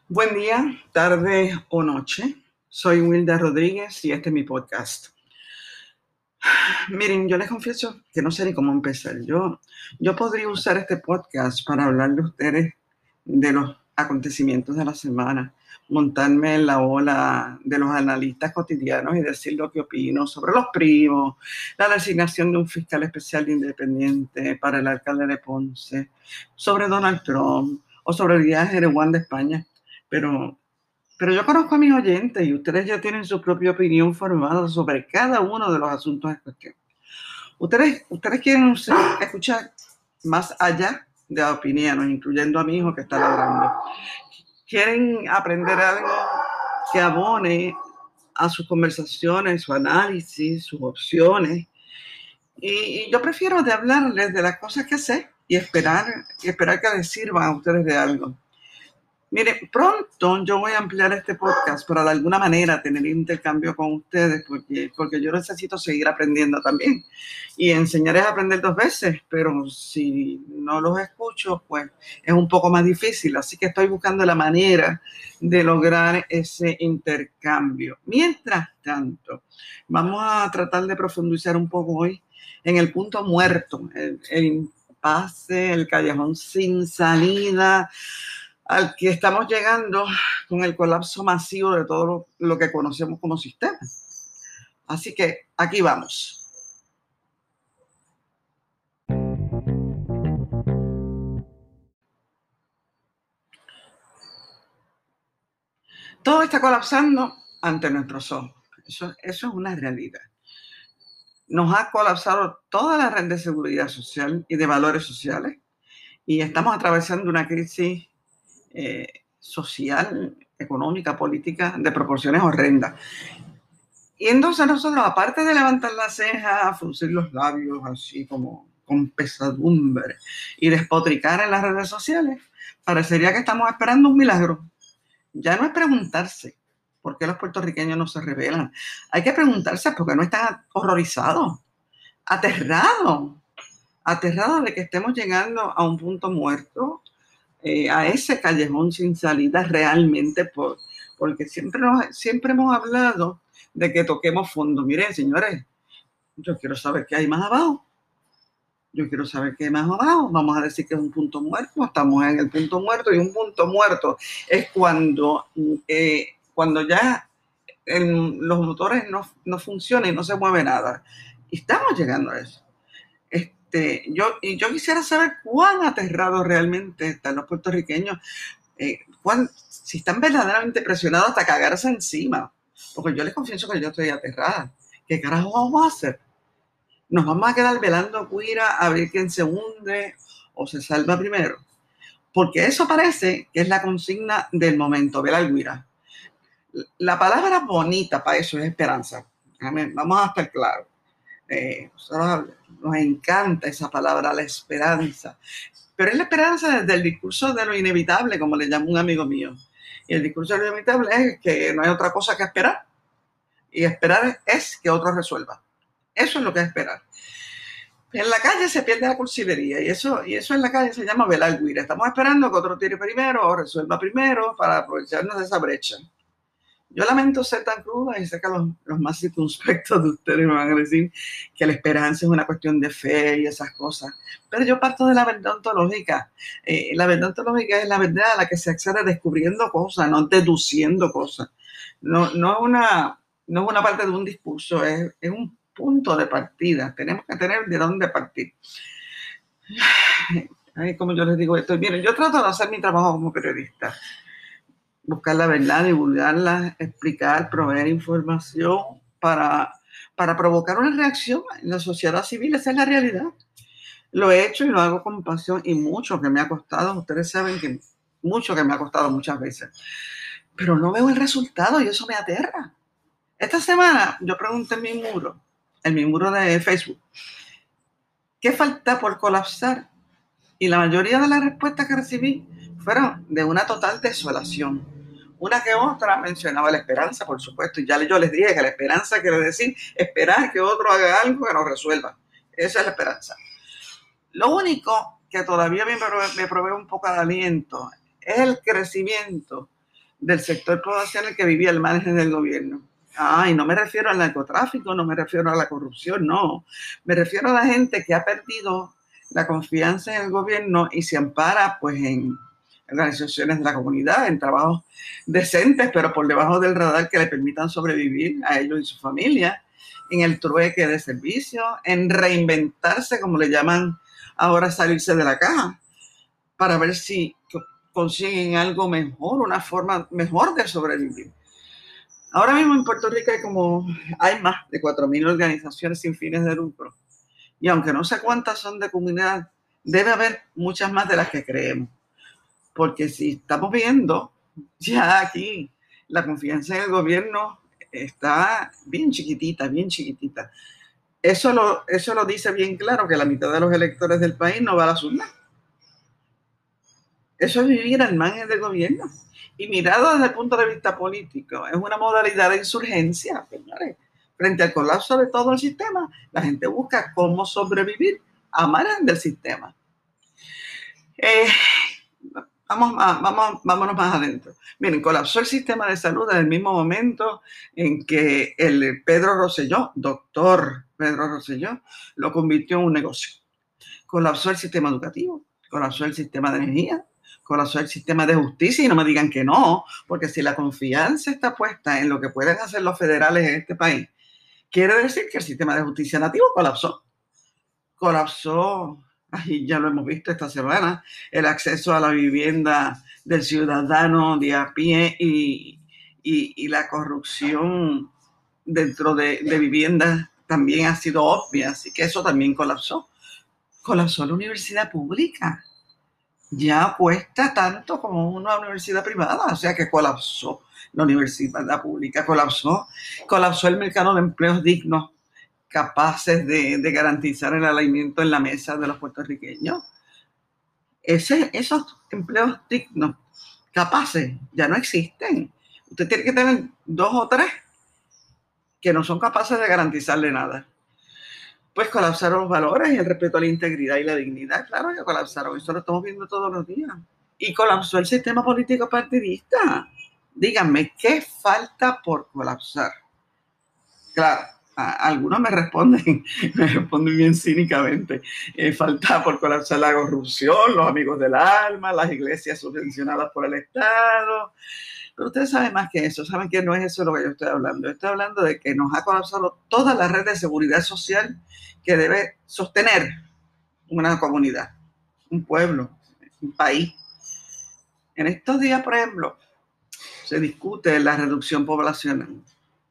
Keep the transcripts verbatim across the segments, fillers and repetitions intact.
Buen día, tarde o noche. Soy Wilda Rodríguez y este es mi podcast. Miren, yo les confieso que no sé ni cómo empezar. Yo, yo podría usar este podcast para hablarle a ustedes de los acontecimientos de la semana, montarme en la ola de los analistas cotidianos y decir lo que opino sobre los primos, la designación de un fiscal especial independiente para el alcalde de Ponce, sobre Donald Trump o sobre el viaje de Juan de España. Pero Pero yo conozco a mis oyentes y ustedes ya tienen su propia opinión formada sobre cada uno de los asuntos en cuestión. Ustedes, ustedes quieren escuchar más allá de la opinión, incluyendo a mi hijo que está ladrando. Quieren aprender algo que abone a sus conversaciones, su análisis, sus opciones. Y, y yo prefiero de hablarles de las cosas que sé y esperar, y esperar que les sirvan a ustedes de algo. Mire, pronto yo voy a ampliar este podcast para de alguna manera tener intercambio con ustedes, porque, porque yo necesito seguir aprendiendo también. Y enseñar es aprender dos veces, pero si no los escucho, pues es un poco más difícil. Así que estoy buscando la manera de lograr ese intercambio. Mientras tanto, vamos a tratar de profundizar un poco hoy en el punto muerto, el, el impasse, el callejón sin salida al que estamos llegando con el colapso masivo de todo lo, lo que conocemos como sistema. Así que aquí vamos. Todo está colapsando ante nuestros ojos. Eso, eso es una realidad. Nos ha colapsado toda la red de seguridad social y de valores sociales y estamos atravesando una crisis eh, social, económica, política de proporciones horrendas. Y entonces nosotros, aparte de levantar la ceja, fruncir los labios así como con pesadumbre y despotricar en las redes sociales, parecería que estamos esperando un milagro. Ya no es preguntarse por qué los puertorriqueños no se rebelan. Hay que preguntarse por qué no están horrorizados, aterrados, aterrados de que estemos llegando a un punto muerto, eh, a ese callejón sin salida realmente, por, porque siempre, nos, siempre hemos hablado de que toquemos fondo. Miren, señores, yo quiero saber qué hay más abajo. Yo quiero saber qué hay más abajo. Vamos a decir que es un punto muerto. Estamos en el punto muerto y un punto muerto es cuando, eh, cuando ya el, los motores no, no funcionan y no se mueve nada. Y estamos llegando a eso. Este, yo, y yo quisiera saber cuán aterrados realmente están los puertorriqueños, eh, cuán, si están verdaderamente presionados hasta cagarse encima. Porque yo les confieso que yo estoy aterrada. ¿Qué carajo vamos a hacer? Nos vamos a quedar velando cuira a ver quién se hunde o se salva primero. Porque eso parece que es la consigna del momento, velar cuira. La palabra bonita para eso es esperanza. Vamos a estar claros. Eh, nos encanta esa palabra, la esperanza. Pero es la esperanza desde el discurso de lo inevitable, como le llama un amigo mío. Y el discurso de lo inevitable es que no hay otra cosa que esperar. Y esperar es que otro resuelva. Eso es lo que es esperar. En la calle se pierde la cursilería y eso, y eso en la calle se llama velar guira. Estamos esperando que otro tire primero o resuelva primero para aprovecharnos de esa brecha. Yo lamento ser tan cruda y sé que los, los más circunspectos de ustedes me van a decir que la esperanza es una cuestión de fe y esas cosas. Pero yo parto de la verdad ontológica. Eh, la verdad ontológica es la verdad a la que se accede descubriendo cosas, no deduciendo cosas. No, no, es, una, no es una parte de un discurso, es, es un punto de partida. Tenemos que tener de dónde partir. Ay, como yo les digo esto, miren, yo trato de hacer mi trabajo como periodista. Buscar la verdad, divulgarla, explicar, proveer información para, para provocar una reacción en la sociedad civil. Esa es la realidad. Lo he hecho y lo hago con pasión y mucho que me ha costado. Ustedes saben que mucho que me ha costado muchas veces. Pero no veo el resultado y eso me aterra. Esta semana yo pregunté en mi muro, en mi muro de Facebook, ¿qué falta por colapsar? Y la mayoría de las respuestas que recibí fueron de una total desolación. Una que otra mencionaba la esperanza, por supuesto, y ya yo les dije que la esperanza quiere decir esperar que otro haga algo que nos resuelva. Esa es la esperanza. Lo único que todavía me provee, me provee un poco de aliento es el crecimiento del sector poblacional que vivía al margen del gobierno. Ah, y no me refiero al narcotráfico, no me refiero a la corrupción, no. Me refiero a la gente que ha perdido la confianza en el gobierno y se ampara pues en organizaciones de la comunidad, en trabajos decentes, pero por debajo del radar que le permitan sobrevivir a ellos y su familia, en el trueque de servicios, en reinventarse, como le llaman ahora, salirse de la caja, para ver si consiguen algo mejor, una forma mejor de sobrevivir. Ahora mismo en Puerto Rico hay como, hay más de cuatro mil organizaciones sin fines de lucro. Y aunque no sé cuántas son de comunidad, debe haber muchas más de las que creemos. Porque si estamos viendo ya aquí, la confianza en el gobierno está bien chiquitita, bien chiquitita. Eso lo, eso lo dice bien claro, que la mitad de los electores del país no va a la urnas. Eso es vivir al margen del gobierno. Y mirado desde el punto de vista político, es una modalidad de insurgencia, señores. Frente al colapso de todo el sistema, la gente busca cómo sobrevivir a margen del sistema. Eh, vamos, vamos, vámonos más adentro. Miren, colapsó el sistema de salud desde el mismo momento en que el Pedro Rosselló, doctor Pedro Rosselló, lo convirtió en un negocio. Colapsó el sistema educativo, colapsó el sistema de energía, colapsó el sistema de justicia, y no me digan que no, porque si la confianza está puesta en lo que pueden hacer los federales en este país, quiere decir que el sistema de justicia nativo colapsó. Colapsó, y ya lo hemos visto esta semana, el acceso a la vivienda del ciudadano de a pie y, y, y la corrupción dentro de, de viviendas también ha sido obvia, así que eso también colapsó. Colapsó la universidad pública. Ya cuesta tanto como una universidad privada, o sea que colapsó la universidad pública, colapsó, colapsó el mercado de empleos dignos, capaces de, de garantizar el alimento en la mesa de los puertorriqueños. Ese, esos empleos dignos, capaces, ya no existen. Usted tiene que tener dos o tres que no son capaces de garantizarle nada. Pues colapsaron los valores y el respeto a la integridad y la dignidad. Claro que colapsaron, eso lo estamos viendo todos los días. Y colapsó el sistema político partidista. Díganme, ¿qué falta por colapsar? Claro, a, algunos me responden, me responden bien cínicamente. Eh, falta por colapsar la corrupción, los amigos del alma, las iglesias subvencionadas por el Estado. Pero ustedes saben más que eso, saben que no es eso lo que yo estoy hablando. Yo estoy hablando de que nos ha colapsado toda la red de seguridad social que debe sostener una comunidad, un pueblo, un país. En estos días, por ejemplo, se discute la reducción poblacional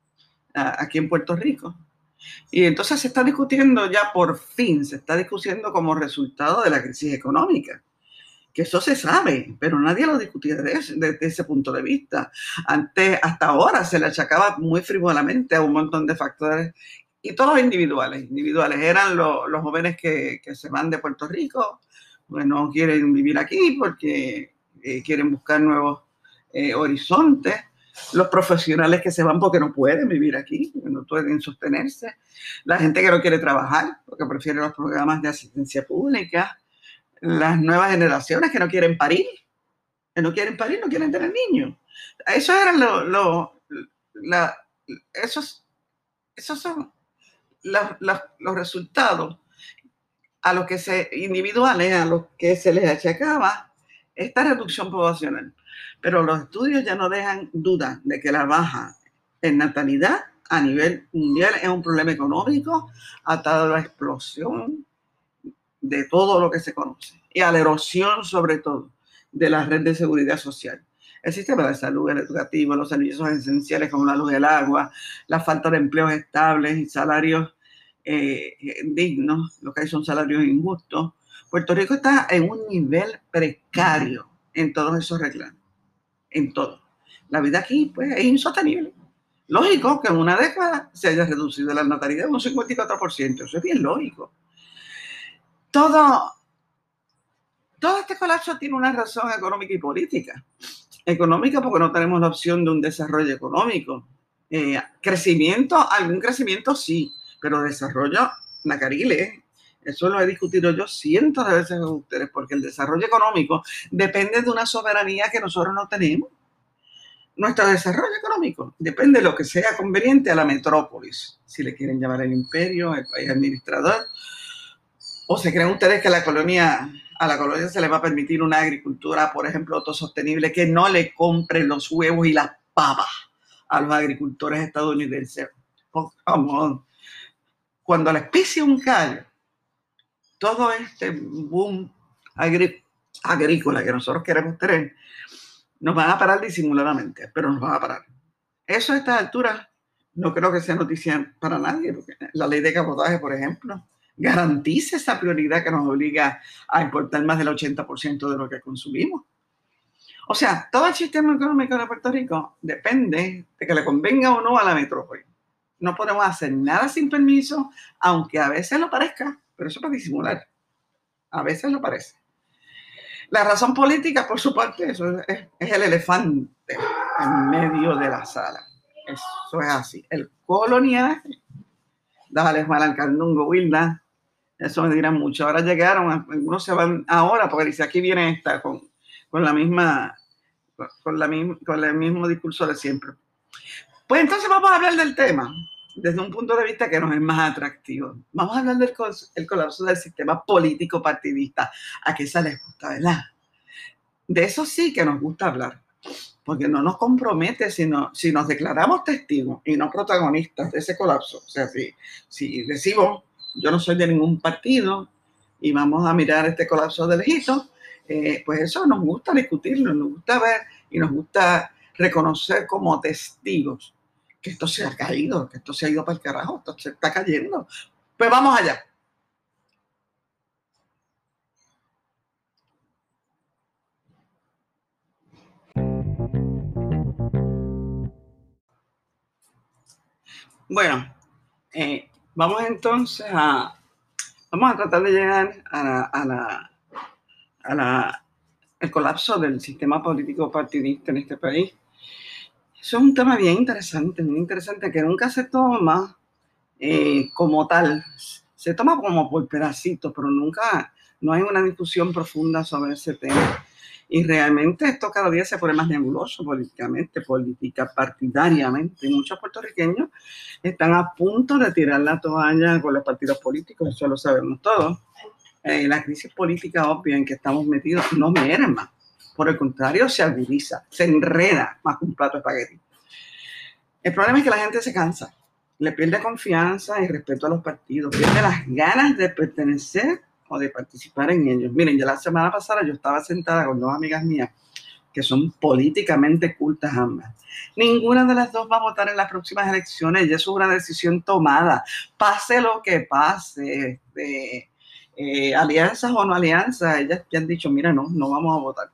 aquí en Puerto Rico. Y entonces se está discutiendo ya por fin, se está discutiendo como resultado de la crisis económica. Que eso se sabe, pero nadie lo discutía desde, desde ese punto de vista. Antes, hasta ahora se le achacaba muy frivolamente a un montón de factores, y todos individuales. Individuales eran lo, los jóvenes que, que se van de Puerto Rico, pues no quieren vivir aquí porque eh, quieren buscar nuevos eh, horizontes. Los profesionales que se van porque no pueden vivir aquí, no pueden sostenerse. La gente que no quiere trabajar porque prefiere los programas de asistencia pública. Las nuevas generaciones que no quieren parir, que no quieren parir, no quieren tener niños. Eso eran lo, lo, la, esos, esos son la, la, los resultados a los que se, individuales a los que se les achacaba esta reducción poblacional. Pero los estudios ya no dejan duda de que la baja en natalidad a nivel mundial es un problema económico atado a la explosión de todo lo que se conoce y a la erosión, sobre todo, de la red de seguridad social. El sistema de salud, el educativo, los servicios esenciales como la luz y el agua, la falta de empleos estables y salarios eh, dignos, lo que hay son salarios injustos. Puerto Rico está en un nivel precario en todos esos reclamos, en todo. La vida aquí pues, es insostenible. Lógico que en una década se haya reducido la natalidad un cincuenta y cuatro por ciento, eso es bien lógico. Todo, todo este colapso tiene una razón económica y política. Económica porque no tenemos la opción de un desarrollo económico. Eh, crecimiento, algún crecimiento sí, pero desarrollo, nacarile. Eso lo he discutido yo cientos de veces con ustedes, porque el desarrollo económico depende de una soberanía que nosotros no tenemos. nuestro desarrollo económico depende de lo que sea conveniente a la metrópolis, si le quieren llamar el imperio, el país administrador, o se creen ustedes que la colonia, a la colonia se le va a permitir una agricultura, por ejemplo, autosostenible, que no le compre los huevos y las papas a los agricultores estadounidenses. Oh, come on. Cuando les pise un callo, todo este boom agrí agrícola que nosotros queremos tener, nos van a parar disimuladamente, pero nos van a parar. Eso a estas alturas no creo que sea noticia para nadie, porque la ley de cabotaje, por ejemplo, garantiza esa prioridad que nos obliga a importar más del ochenta por ciento de lo que consumimos. O sea, todo el sistema económico de Puerto Rico depende de que le convenga o no a la metrópoli. No podemos hacer nada sin permiso, aunque a veces lo parezca, pero eso es para disimular. A veces lo parece. La razón política, por su parte, eso es, es el elefante en medio de la sala. Eso es así. El coloniaje, dale Juan Alcandungo, Wilda, eso me dirán mucho. Ahora llegaron, algunos se van ahora, porque dice, aquí viene esta con, con la misma, con, la misma, con el mismo discurso de siempre. Pues entonces vamos a hablar del tema desde un punto de vista que nos es más atractivo. Vamos a hablar del el colapso del sistema político partidista. ¿A qué se les gusta, verdad? De eso sí que nos gusta hablar, porque no nos compromete si, no, si nos declaramos testigos y no protagonistas de ese colapso. O sea, si, si decimos, yo no soy de ningún partido y vamos a mirar este colapso de lejito, eh, pues eso nos gusta discutirlo, nos gusta ver y nos gusta reconocer como testigos que esto se ha caído, que esto se ha ido para el carajo, esto se está cayendo. Pues vamos allá. Bueno, eh, vamos entonces a, vamos a tratar de llegar a la, a la, a la, el colapso del sistema político partidista en este país. Eso es un tema bien interesante, muy interesante, que nunca se toma eh, como tal. Se toma como por pedacitos, pero nunca, no hay una discusión profunda sobre ese tema. Y realmente esto cada día se pone más nebuloso políticamente, política partidariamente. Muchos puertorriqueños están a punto de tirar la toalla con los partidos políticos, eso lo sabemos todos. Eh, la crisis política obvia en que estamos metidos no merma. Por el contrario, se agudiza, se enreda más que un plato de espagueti. El problema es que la gente se cansa, le pierde confianza y respeto a los partidos, pierde las ganas de pertenecer o de participar en ellos. Miren, ya la semana pasada yo estaba sentada con dos amigas mías que son políticamente cultas ambas. Ninguna de las dos va a votar en las próximas elecciones y eso es una decisión tomada. Pase lo que pase, de, eh, alianzas o no alianzas, ellas ya han dicho, mira, no, no vamos a votar.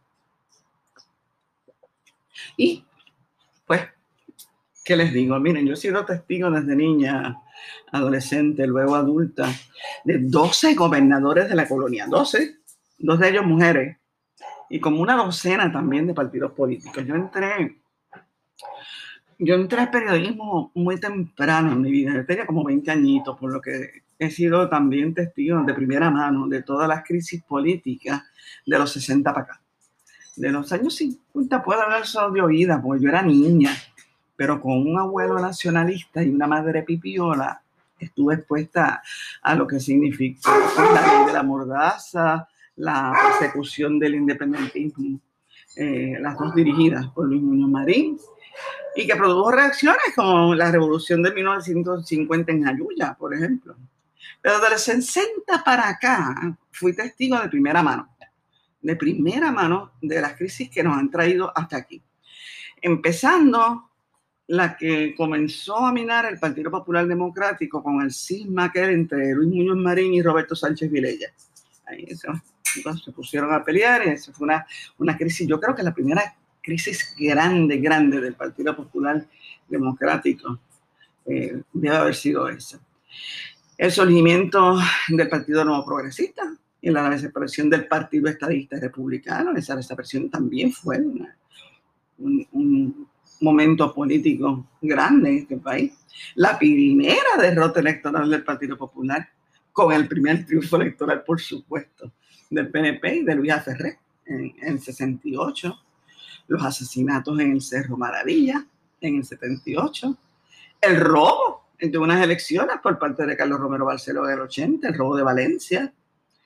Y, pues, ¿qué les digo? Miren, yo he sido testigo desde niña, adolescente, luego adulta, de doce gobernadores de la colonia, doce, dos de ellos mujeres, y como una docena también de partidos políticos. Yo entré, yo entré al periodismo muy temprano en mi vida, yo tenía como veinte añitos, por lo que he sido también testigo de primera mano de todas las crisis políticas de los sesenta para acá. De los años cincuenta puedo hablar solo de oídas, porque yo era niña, pero con un abuelo nacionalista y una madre pipiola, estuve expuesta a lo que significó la ley de la mordaza, la persecución del independentismo, eh, las dos dirigidas por Luis Muñoz Marín, y que produjo reacciones como la revolución de mil novecientos cincuenta en Jayuya, por ejemplo. Pero de los sesenta para acá fui testigo de primera mano, de primera mano de las crisis que nos han traído hasta aquí. Empezando la que comenzó a minar el Partido Popular Democrático con el cisma que era entre Luis Muñoz Marín y Roberto Sánchez Vilella. Ahí se, se pusieron a pelear y eso fue una, una crisis, yo creo que la primera crisis grande, grande del Partido Popular Democrático eh, debe haber sido esa. El surgimiento del Partido Nuevo Progresista y la desaparición del Partido Estadista Republicano, esa desaparición también fue una, un, un momento político grande en este país. La primera derrota electoral del Partido Popular, con el primer triunfo electoral, por supuesto, del P N P y de Luis Ferré en, en sesenta y ocho. los asesinatos en el Cerro Maravilla en el setenta y ocho, el robo de unas elecciones por parte de Carlos Romero Barceló en el ochenta, el robo de Valencia.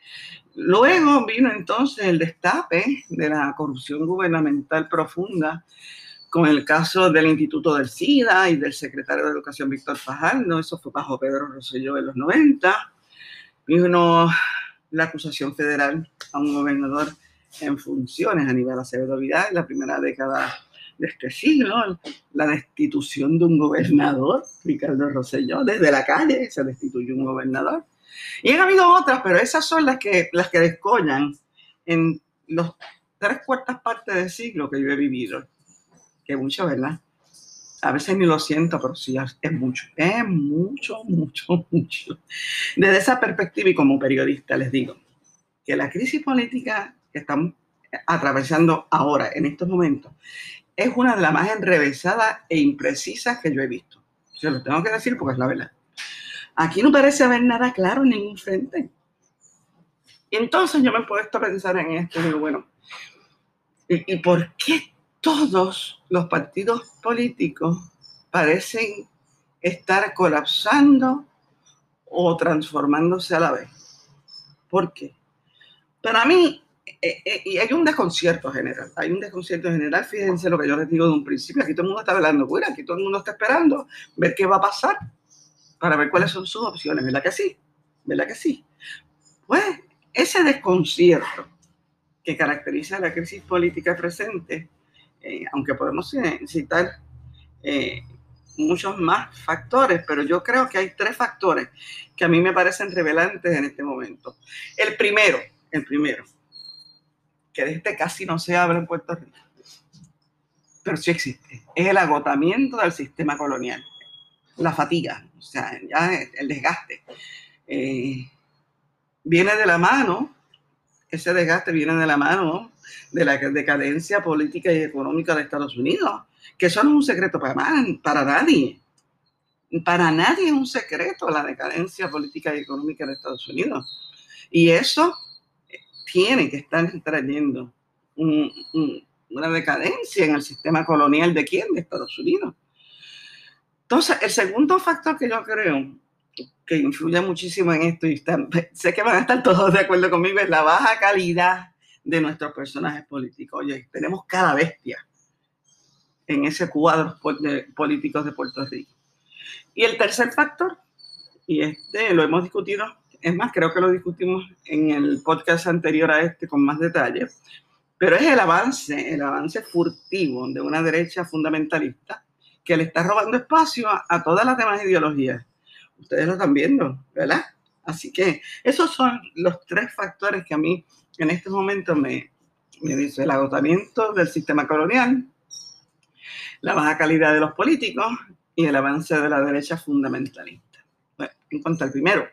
Luego vino entonces el destape de la corrupción gubernamental profunda con el caso del Instituto del SIDA y del secretario de Educación Víctor Fajardo. Eso fue bajo Pedro Rosselló en los noventa. Vino la acusación federal a un gobernador en funciones, Aníbal Acevedo Vidal, en la primera década de este siglo, la destitución de un gobernador, Ricardo Rosselló, desde la calle se destituyó un gobernador. Y han habido otras, pero esas son las que, las que descollan en los tres cuartas partes del siglo que yo he vivido. Que mucho, ¿verdad? A veces ni lo siento, pero sí, es mucho. Es mucho, mucho, mucho. Desde esa perspectiva y como periodista les digo que la crisis política que estamos atravesando ahora, en estos momentos, es una de las más enrevesadas e imprecisas que yo he visto. Se lo tengo que decir porque es la verdad. Aquí no parece haber nada claro en ningún frente. Y entonces yo me he puesto a pensar en esto y digo, bueno, ¿y, y por qué todos los partidos políticos parecen estar colapsando o transformándose a la vez? ¿Por qué? Para mí, eh, eh, y hay un desconcierto general, hay un desconcierto general, fíjense lo que yo les digo de un principio, aquí todo el mundo está hablando, bueno, aquí todo el mundo está esperando ver qué va a pasar, para ver cuáles son sus opciones, ¿verdad que sí? ¿Verdad que sí? Pues ese desconcierto que caracteriza la crisis política presente, eh, aunque podemos citar eh, muchos más factores, pero yo creo que hay tres factores que a mí me parecen revelantes en este momento. El primero, el primero, que de este casi no se habla en Puerto Rico, pero sí existe, es el agotamiento del sistema colonial, la fatiga, o sea, ya el desgaste. Eh, viene de la mano, ese desgaste viene de la mano de la decadencia política y económica de Estados Unidos, que eso no es un secreto para, para nadie. Para nadie es un secreto la decadencia política y económica de Estados Unidos. Y eso tiene que estar trayendo un, un, una decadencia en el sistema colonial de quién, de Estados Unidos. Entonces, el segundo factor que yo creo que influye muchísimo en esto, y están, sé que van a estar todos de acuerdo conmigo, es la baja calidad de nuestros personajes políticos. Oye, tenemos cada bestia en ese cuadro de políticos de Puerto Rico. Y el tercer factor, y este lo hemos discutido, es más, creo que lo discutimos en el podcast anterior a este con más detalle, pero es el avance, el avance furtivo de una derecha fundamentalista que le está robando espacio a, a todas las demás ideologías. Ustedes lo están viendo, ¿verdad? Así que esos son los tres factores que a mí en este momento me, me dice el agotamiento del sistema colonial, la baja calidad de los políticos y el avance de la derecha fundamentalista. Bueno, en cuanto al primero,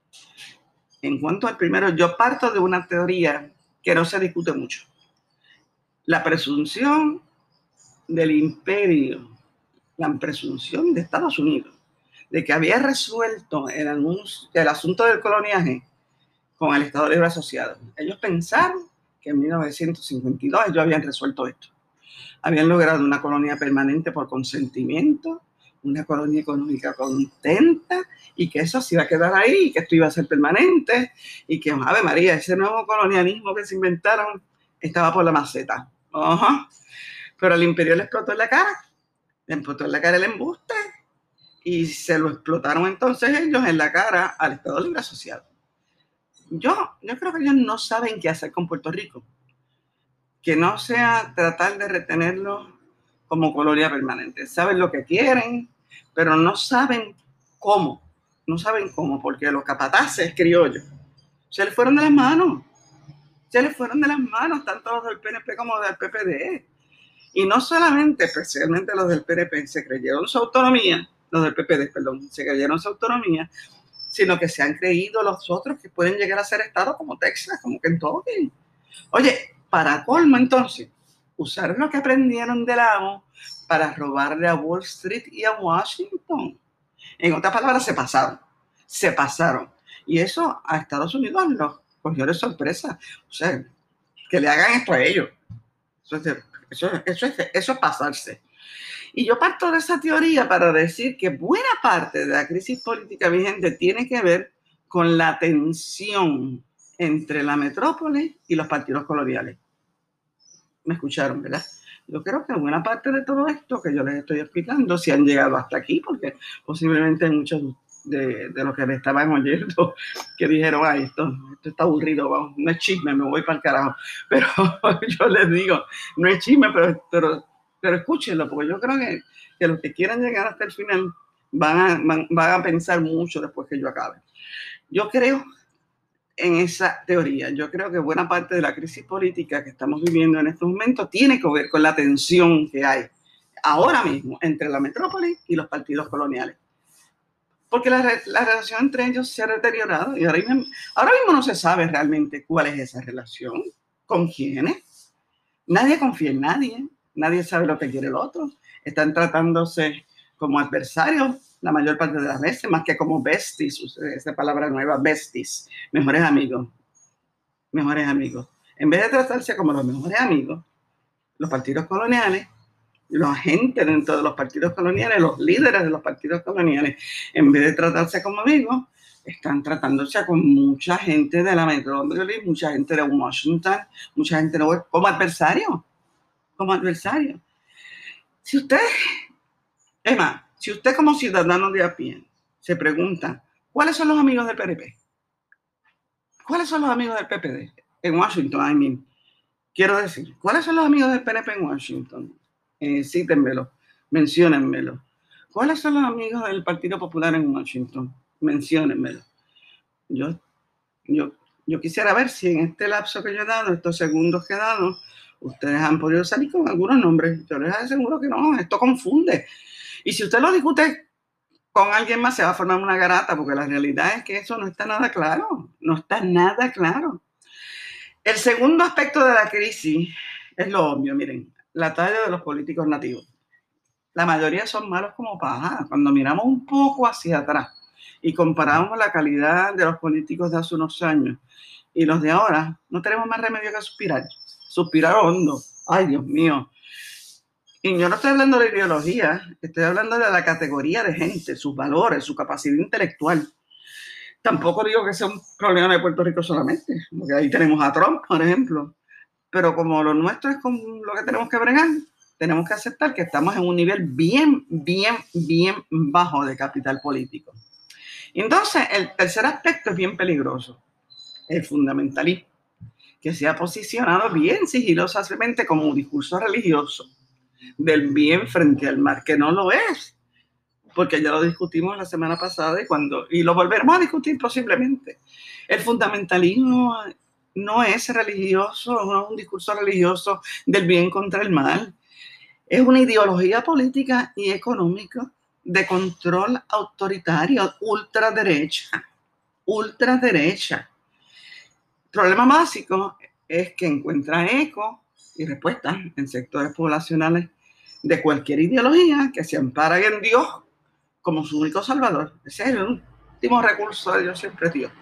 en cuanto al primero, yo parto de una teoría que no se discute mucho. La presunción del imperio, la presunción de Estados Unidos de que había resuelto el, anuncio, el asunto del coloniaje con el Estado Libre Asociado. Ellos pensaron que en mil novecientos cincuenta y dos ellos habían resuelto esto. Habían logrado una colonia permanente por consentimiento, una colonia económica contenta, y que eso se iba a quedar ahí, y que esto iba a ser permanente, y que, Ave María, ese nuevo colonialismo que se inventaron estaba por la maceta. Uh-huh. Pero al imperio le explotó en la cara, le explotó en la cara el embuste, y se lo explotaron entonces ellos en la cara al Estado Libre Asociado. Yo, yo creo que ellos no saben qué hacer con Puerto Rico, que no sea tratar de retenerlo como colonia permanente. Saben lo que quieren, pero no saben cómo, no saben cómo, porque los capataces criollos se les fueron de las manos, se les fueron de las manos, tanto los del P N P como los del P P D. Y no solamente, especialmente los del P N P, se creyeron su autonomía, los del P P D, perdón, se creyeron su autonomía, sino que se han creído los otros que pueden llegar a ser estados como Texas, como Kentucky. Oye, para colmo entonces, usaron lo que aprendieron de Lago para robarle a Wall Street y a Washington. En otras palabras, se pasaron, se pasaron. Y eso a Estados Unidos los cogió de sorpresa. O sea, que le hagan esto a ellos. Eso es Eso, eso, es, eso es pasarse. Y yo parto de esa teoría para decir que buena parte de la crisis política vigente tiene que ver con la tensión entre la metrópoli y los partidos coloniales. Me escucharon, ¿verdad? Yo creo que buena parte de todo esto que yo les estoy explicando, si han llegado hasta aquí, porque posiblemente muchos de, de los que me estaban oyendo que dijeron, ay, esto, esto está aburrido, vamos, no es chisme, me voy para el carajo. Pero yo les digo, no es chisme, pero, pero, pero escúchenlo, porque yo creo que, que los que quieran llegar hasta el final van a, van, van a pensar mucho después que yo acabe. Yo creo en esa teoría. Yo creo que buena parte de la crisis política que estamos viviendo en estos momentos tiene que ver con la tensión que hay ahora mismo entre la metrópoli y los partidos coloniales. Porque la, la relación entre ellos se ha deteriorado y ahora mismo, ahora mismo no se sabe realmente cuál es esa relación, con quiénes. Nadie confía en nadie, nadie sabe lo que quiere el otro. Están tratándose como adversarios la mayor parte de las veces, más que como besties, esa palabra nueva, besties, mejores amigos, mejores amigos. En vez de tratarse como los mejores amigos, los partidos coloniales, los agentes dentro de los partidos coloniales, los líderes de los partidos coloniales, en vez de tratarse como amigos, están tratándose con mucha gente de la metrópoli, mucha gente de Washington, mucha gente de, como adversario, como adversario. Si usted, es más, si usted como ciudadano de a pie se pregunta, ¿cuáles son los amigos del P N P? ¿Cuáles son los amigos del P P D? En Washington, I mean. Quiero decir, ¿cuáles son los amigos del P N P en Washington? Eh, cítenmelo, menciónenmelo. ¿Cuáles son los amigos del Partido Popular en Washington? Menciónenmelo. Yo, yo, yo quisiera ver si en este lapso que yo he dado, estos segundos que he dado, ustedes han podido salir con algunos nombres. Yo les aseguro que no, esto confunde. Y si usted lo discute con alguien más, se va a formar una garata, porque la realidad es que eso no está nada claro. No está nada claro. El segundo aspecto de la crisis es lo obvio, miren, la talla de los políticos nativos. La mayoría son malos como paja. Cuando miramos un poco hacia atrás y comparamos la calidad de los políticos de hace unos años y los de ahora, no tenemos más remedio que suspirar. Suspirar hondo. Ay, Dios mío. Y yo no estoy hablando de ideología, estoy hablando de la categoría de gente, sus valores, su capacidad intelectual. Tampoco digo que sea un problema de Puerto Rico solamente, porque ahí tenemos a Trump, por ejemplo. Pero como lo nuestro es con lo que tenemos que bregar, tenemos que aceptar que estamos en un nivel bien, bien, bien bajo de capital político. Entonces, el tercer aspecto es bien peligroso, el fundamentalismo, que se ha posicionado bien sigilosamente como un discurso religioso del bien frente al mal, que no lo es, porque ya lo discutimos la semana pasada y, cuando, y lo volveremos a discutir posiblemente. El fundamentalismo no es religioso, no es un discurso religioso del bien contra el mal. Es una ideología política y económica de control autoritario, ultraderecha, ultraderecha. El problema básico es que encuentra eco y respuesta en sectores poblacionales de cualquier ideología que se ampara en Dios como su único salvador. Ese es el último recurso de Dios, siempre Dios.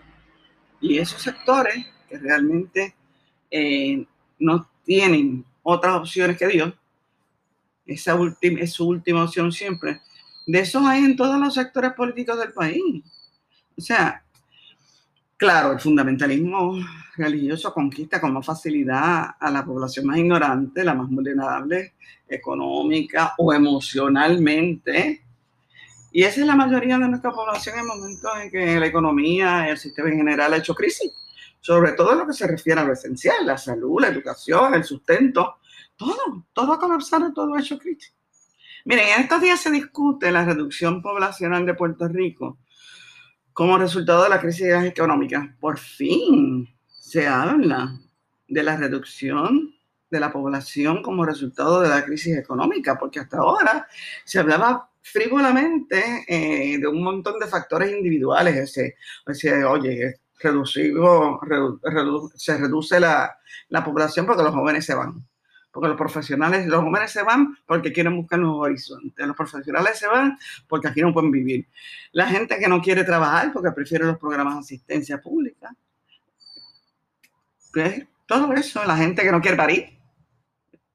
Y esos sectores que realmente eh, no tienen otras opciones que Dios, esa última, es su última opción siempre. De esos hay en todos los sectores políticos del país. O sea, claro, el fundamentalismo religioso conquista con más facilidad a la población más ignorante, la más vulnerable económica o emocionalmente. Y esa es la mayoría de nuestra población en momentos en que la economía, el sistema en general ha hecho crisis. Sobre todo en lo que se refiere a lo esencial, la salud, la educación, el sustento. Todo, todo ha colapsado, todo ha hecho crisis. Miren, en estos días se discute la reducción poblacional de Puerto Rico como resultado de la crisis económica. Por fin se habla de la reducción de la población como resultado de la crisis económica, porque hasta ahora se hablaba frívolamente eh, de un montón de factores individuales. Ese, ese, oye, reducido, redu, redu, se reduce la, la población porque los jóvenes se van. Porque los profesionales, los jóvenes se van porque quieren buscar nuevos horizontes. Los profesionales se van porque aquí no pueden vivir. La gente que no quiere trabajar porque prefiere los programas de asistencia pública. ¿Qué? Todo eso, la gente que no quiere parir.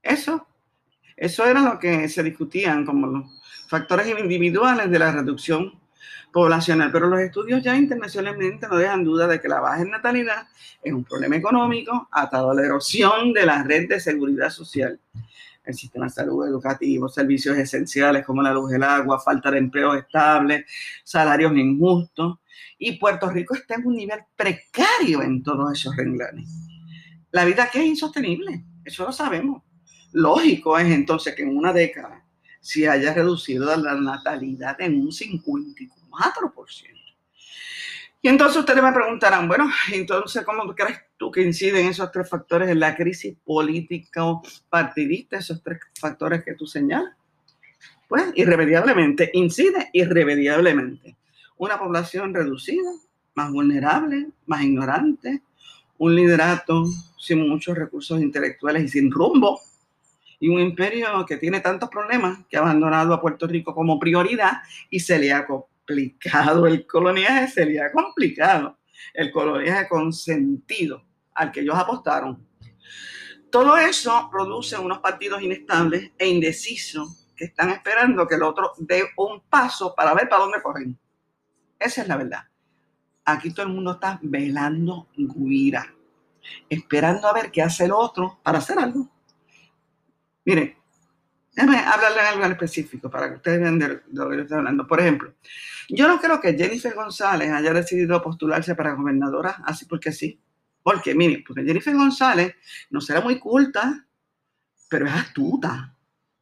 Eso, eso era lo que se discutían como los factores individuales de la reducción poblacional, pero los estudios ya internacionalmente no dejan duda de que la baja en natalidad es un problema económico atado a la erosión de la red de seguridad social, el sistema de salud, educativo, servicios esenciales como la luz, el agua, falta de empleos estables, salarios injustos, y Puerto Rico está en un nivel precario en todos esos renglones. La vida aquí es insostenible, eso lo sabemos. Lógico es entonces que en una década se haya reducido la natalidad en un cincuenta y cuatro por ciento. Y entonces ustedes me preguntarán, bueno, entonces, ¿cómo crees tú que inciden esos tres factores en la crisis política o partidista, esos tres factores que tú señalas? Pues irremediablemente, incide irremediablemente. Una población reducida, más vulnerable, más ignorante, un liderato sin muchos recursos intelectuales y sin rumbo, y un imperio que tiene tantos problemas que ha abandonado a Puerto Rico como prioridad y se le ha complicado el coloniaje, se le ha complicado el coloniaje consentido al que ellos apostaron. Todo eso produce unos partidos inestables e indecisos que están esperando que el otro dé un paso para ver para dónde corren. Esa es la verdad. Aquí todo el mundo está velando guira, esperando a ver qué hace el otro para hacer algo. Miren, déjame hablarle de algo en específico para que ustedes vean de lo que yo estoy hablando. Por ejemplo, yo no creo que Jennifer González haya decidido postularse para gobernadora así porque sí. Porque, miren, porque Jennifer González no será muy culta, pero es astuta.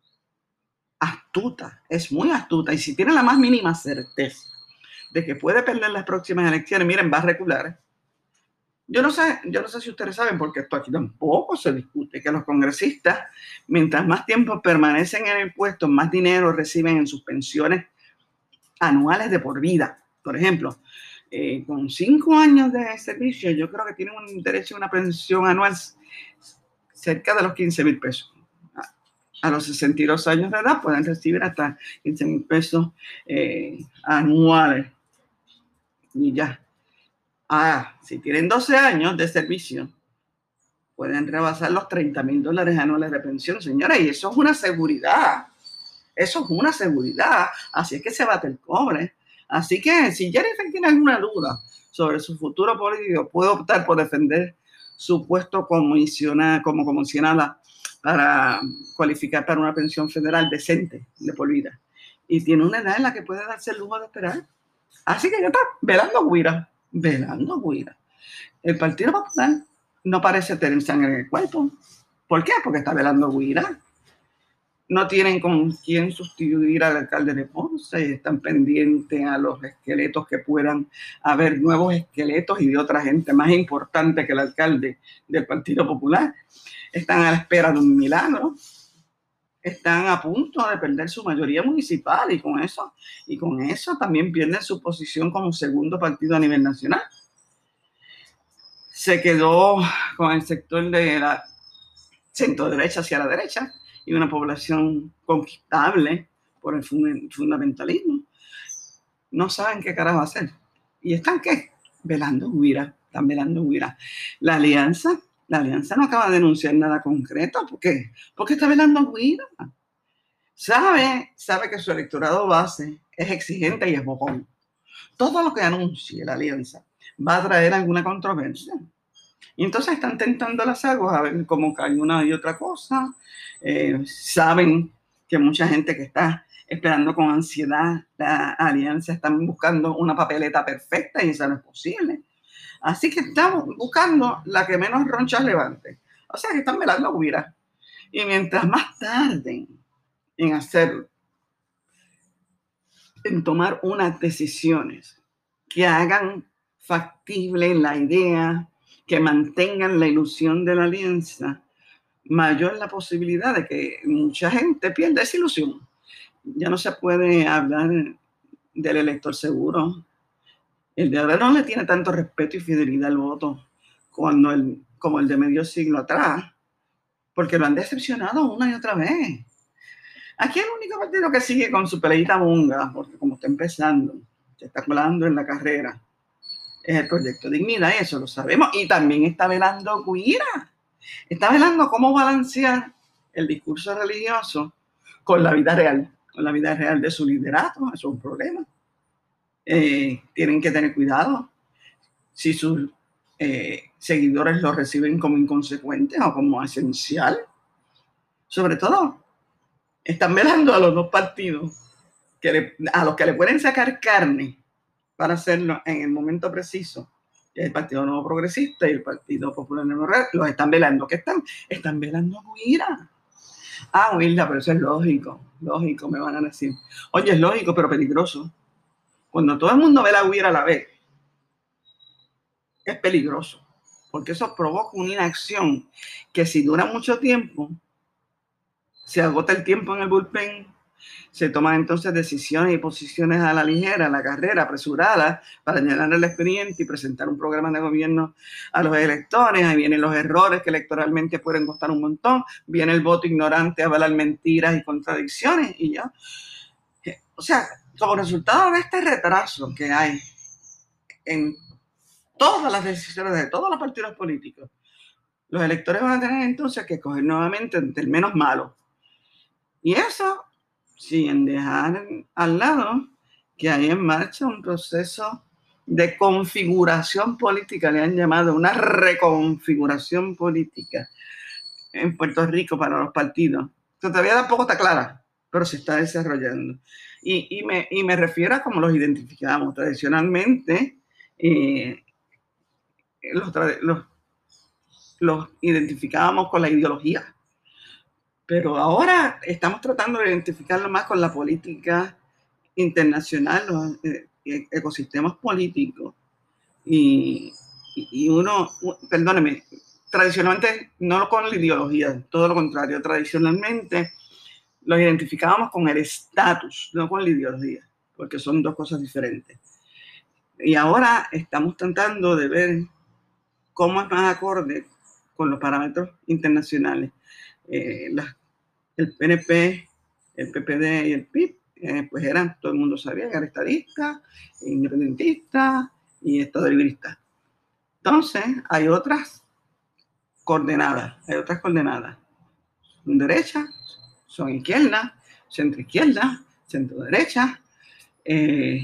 Astuta, es muy astuta. Y si tiene la más mínima certeza de que puede perder las próximas elecciones, miren, va a recular. Yo no sé, yo no sé si ustedes saben, porque esto aquí tampoco se discute, que los congresistas, mientras más tiempo permanecen en el puesto, más dinero reciben en sus pensiones anuales de por vida. Por ejemplo, eh, con cinco años de servicio, yo creo que tienen un derecho a una pensión anual cerca de los quince mil pesos. A los sesenta y dos años de edad pueden recibir hasta quince mil pesos eh, anuales. Y ya. Ah, si tienen doce años de servicio, pueden rebasar los treinta mil dólares anuales de pensión, señora, y eso es una seguridad. Eso es una seguridad. Así es que se bate el cobre. Así que si Jennifer tiene alguna duda sobre su futuro político, puede optar por defender su puesto comisionada, como comisionada para cualificar para una pensión federal decente de por vida. Y tiene una edad en la que puede darse el lujo de esperar. Así que ya está velando guira. Velando guira. El Partido Popular no parece tener sangre en el cuerpo. ¿Por qué? Porque está velando guira. No tienen con quién sustituir al alcalde de Ponce y están pendientes a los esqueletos que puedan haber, nuevos esqueletos y de otra gente más importante que el alcalde del Partido Popular. Están a la espera de un milagro. Están a punto de perder su mayoría municipal y con eso, y con eso también pierden su posición como segundo partido a nivel nacional. Se quedó con el sector de la centro derecha hacia la derecha y una población conquistable por el fundamentalismo. No saben qué carajo hacer. ¿Y están qué? Velando huira. Están velando huira. La alianza, la alianza no acaba de denunciar nada concreto. ¿Por qué? Porque está velando huira. Sabe, sabe que su electorado base es exigente y es bocón. Todo lo que anuncie la alianza va a traer alguna controversia. Y entonces están tentando las aguas a ver cómo cae una y otra cosa. Eh, saben que mucha gente que está esperando con ansiedad la alianza están buscando una papeleta perfecta y eso no es posible. Así que estamos buscando la que menos ronchas levante. O sea que están velando huira. Y mientras más tarden en hacerlo, en tomar unas decisiones que hagan factible la idea, que mantengan la ilusión de la alianza, mayor la posibilidad de que mucha gente pierda esa ilusión. Ya no se puede hablar del elector seguro. El de ahora no le tiene tanto respeto y fidelidad al voto cuando el, como el de medio siglo atrás, porque lo han decepcionado una y otra vez. Aquí el único partido que sigue con su peleita monga, porque como está empezando, se está colando en la carrera, es el Proyecto Dignidad, y eso lo sabemos. Y también está velando guira. Está velando cómo balancear el discurso religioso con la vida real, con la vida real de su liderato. Eso es un problema. Eh, tienen que tener cuidado si sus eh, seguidores lo reciben como inconsecuente o como esencial. Sobre todo, están velando a los dos partidos que le, a los que le pueden sacar carne para hacerlo en el momento preciso. El Partido Nuevo Progresista y el Partido Popular Democrático los están velando. ¿Qué están? Están velando a Guira. Ah, Wilda, pero eso es lógico. Lógico, me van a decir. Oye, es lógico, pero peligroso. Cuando todo el mundo ve la Guira a la vez, es peligroso. Porque eso provoca una inacción que si dura mucho tiempo, se agota el tiempo en el bullpen, se toman entonces decisiones y posiciones a la ligera, a la carrera, apresurada, para llenar el expediente y presentar un programa de gobierno a los electores. Ahí vienen los errores que electoralmente pueden costar un montón. Viene el voto ignorante a avalar mentiras y contradicciones. Y ya, o sea, como resultado de este retraso que hay en todas las decisiones de todos los partidos políticos, los electores van a tener entonces que escoger nuevamente entre el menos malo. Y eso sin dejar al lado que hay en marcha un proceso de configuración política, le han llamado una reconfiguración política en Puerto Rico para los partidos. Todavía tampoco está clara, pero se está desarrollando. Y, y, me, y me refiero a cómo los identificamos. Tradicionalmente, eh, los, los, los identificábamos con la ideología. Pero ahora estamos tratando de identificarlo más con la política internacional, los eh, ecosistemas políticos. Y, y uno, perdóneme, tradicionalmente no con la ideología, todo lo contrario. Tradicionalmente los identificábamos con el estatus, no con la ideología, porque son dos cosas diferentes. Y ahora estamos tratando de ver cómo es más acorde con los parámetros internacionales. Eh, las El P N P, el P P D y el P I B, eh, pues eran, todo el mundo sabía que eran estadistas, independentistas y estadolibristas. Entonces, hay otras coordenadas, hay otras coordenadas. Son derecha, son izquierda, centro izquierda, centro derecha. Eh,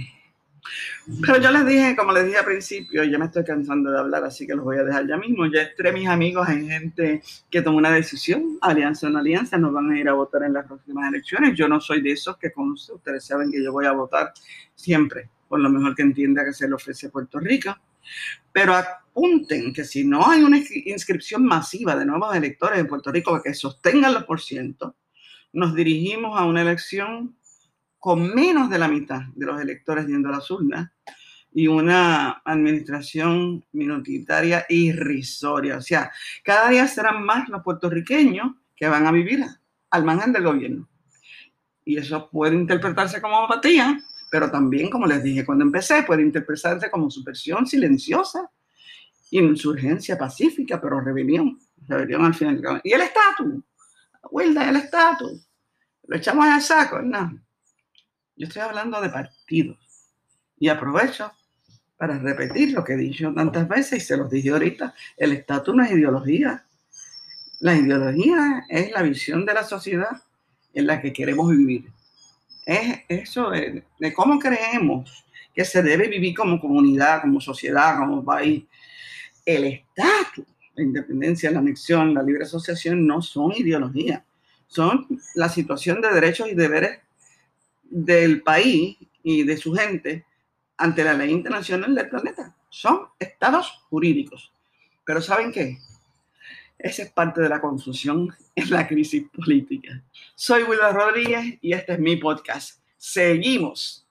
Pero yo les dije, como les dije al principio, ya me estoy cansando de hablar, así que los voy a dejar ya mismo. Ya entre mis amigos hay gente que tomó una decisión, alianza o no alianza, nos van a ir a votar en las próximas elecciones. Yo no soy de esos que conste, ustedes saben que yo voy a votar siempre, por lo mejor que entienda que se le ofrece a Puerto Rico. Pero apunten que si no hay una inscripción masiva de nuevos electores en Puerto Rico que sostengan los por ciento, nos dirigimos a una elección con menos de la mitad de los electores yendo a las urnas y una administración minoritaria irrisoria. O sea, cada día serán más los puertorriqueños que van a vivir al margen del gobierno. Y eso puede interpretarse como apatía, pero también, como les dije cuando empecé, puede interpretarse como subversión silenciosa, insurgencia pacífica, pero rebelión. Rebelión al final. Y el estatus, Wilda, el estatus. Lo echamos al saco, no. Yo estoy hablando de partidos y aprovecho para repetir lo que he dicho tantas veces y se los dije ahorita. El estatus no es ideología. La ideología es la visión de la sociedad en la que queremos vivir. Es eso de, de cómo creemos que se debe vivir como comunidad, como sociedad, como país. El estatus, la independencia, la anexión, la libre asociación no son ideología. Son la situación de derechos y deberes del país y de su gente ante la ley internacional del planeta. Son estados jurídicos. Pero ¿saben qué? Esa es parte de la confusión en la crisis política. Soy Wilda Rodríguez y este es mi podcast. Seguimos.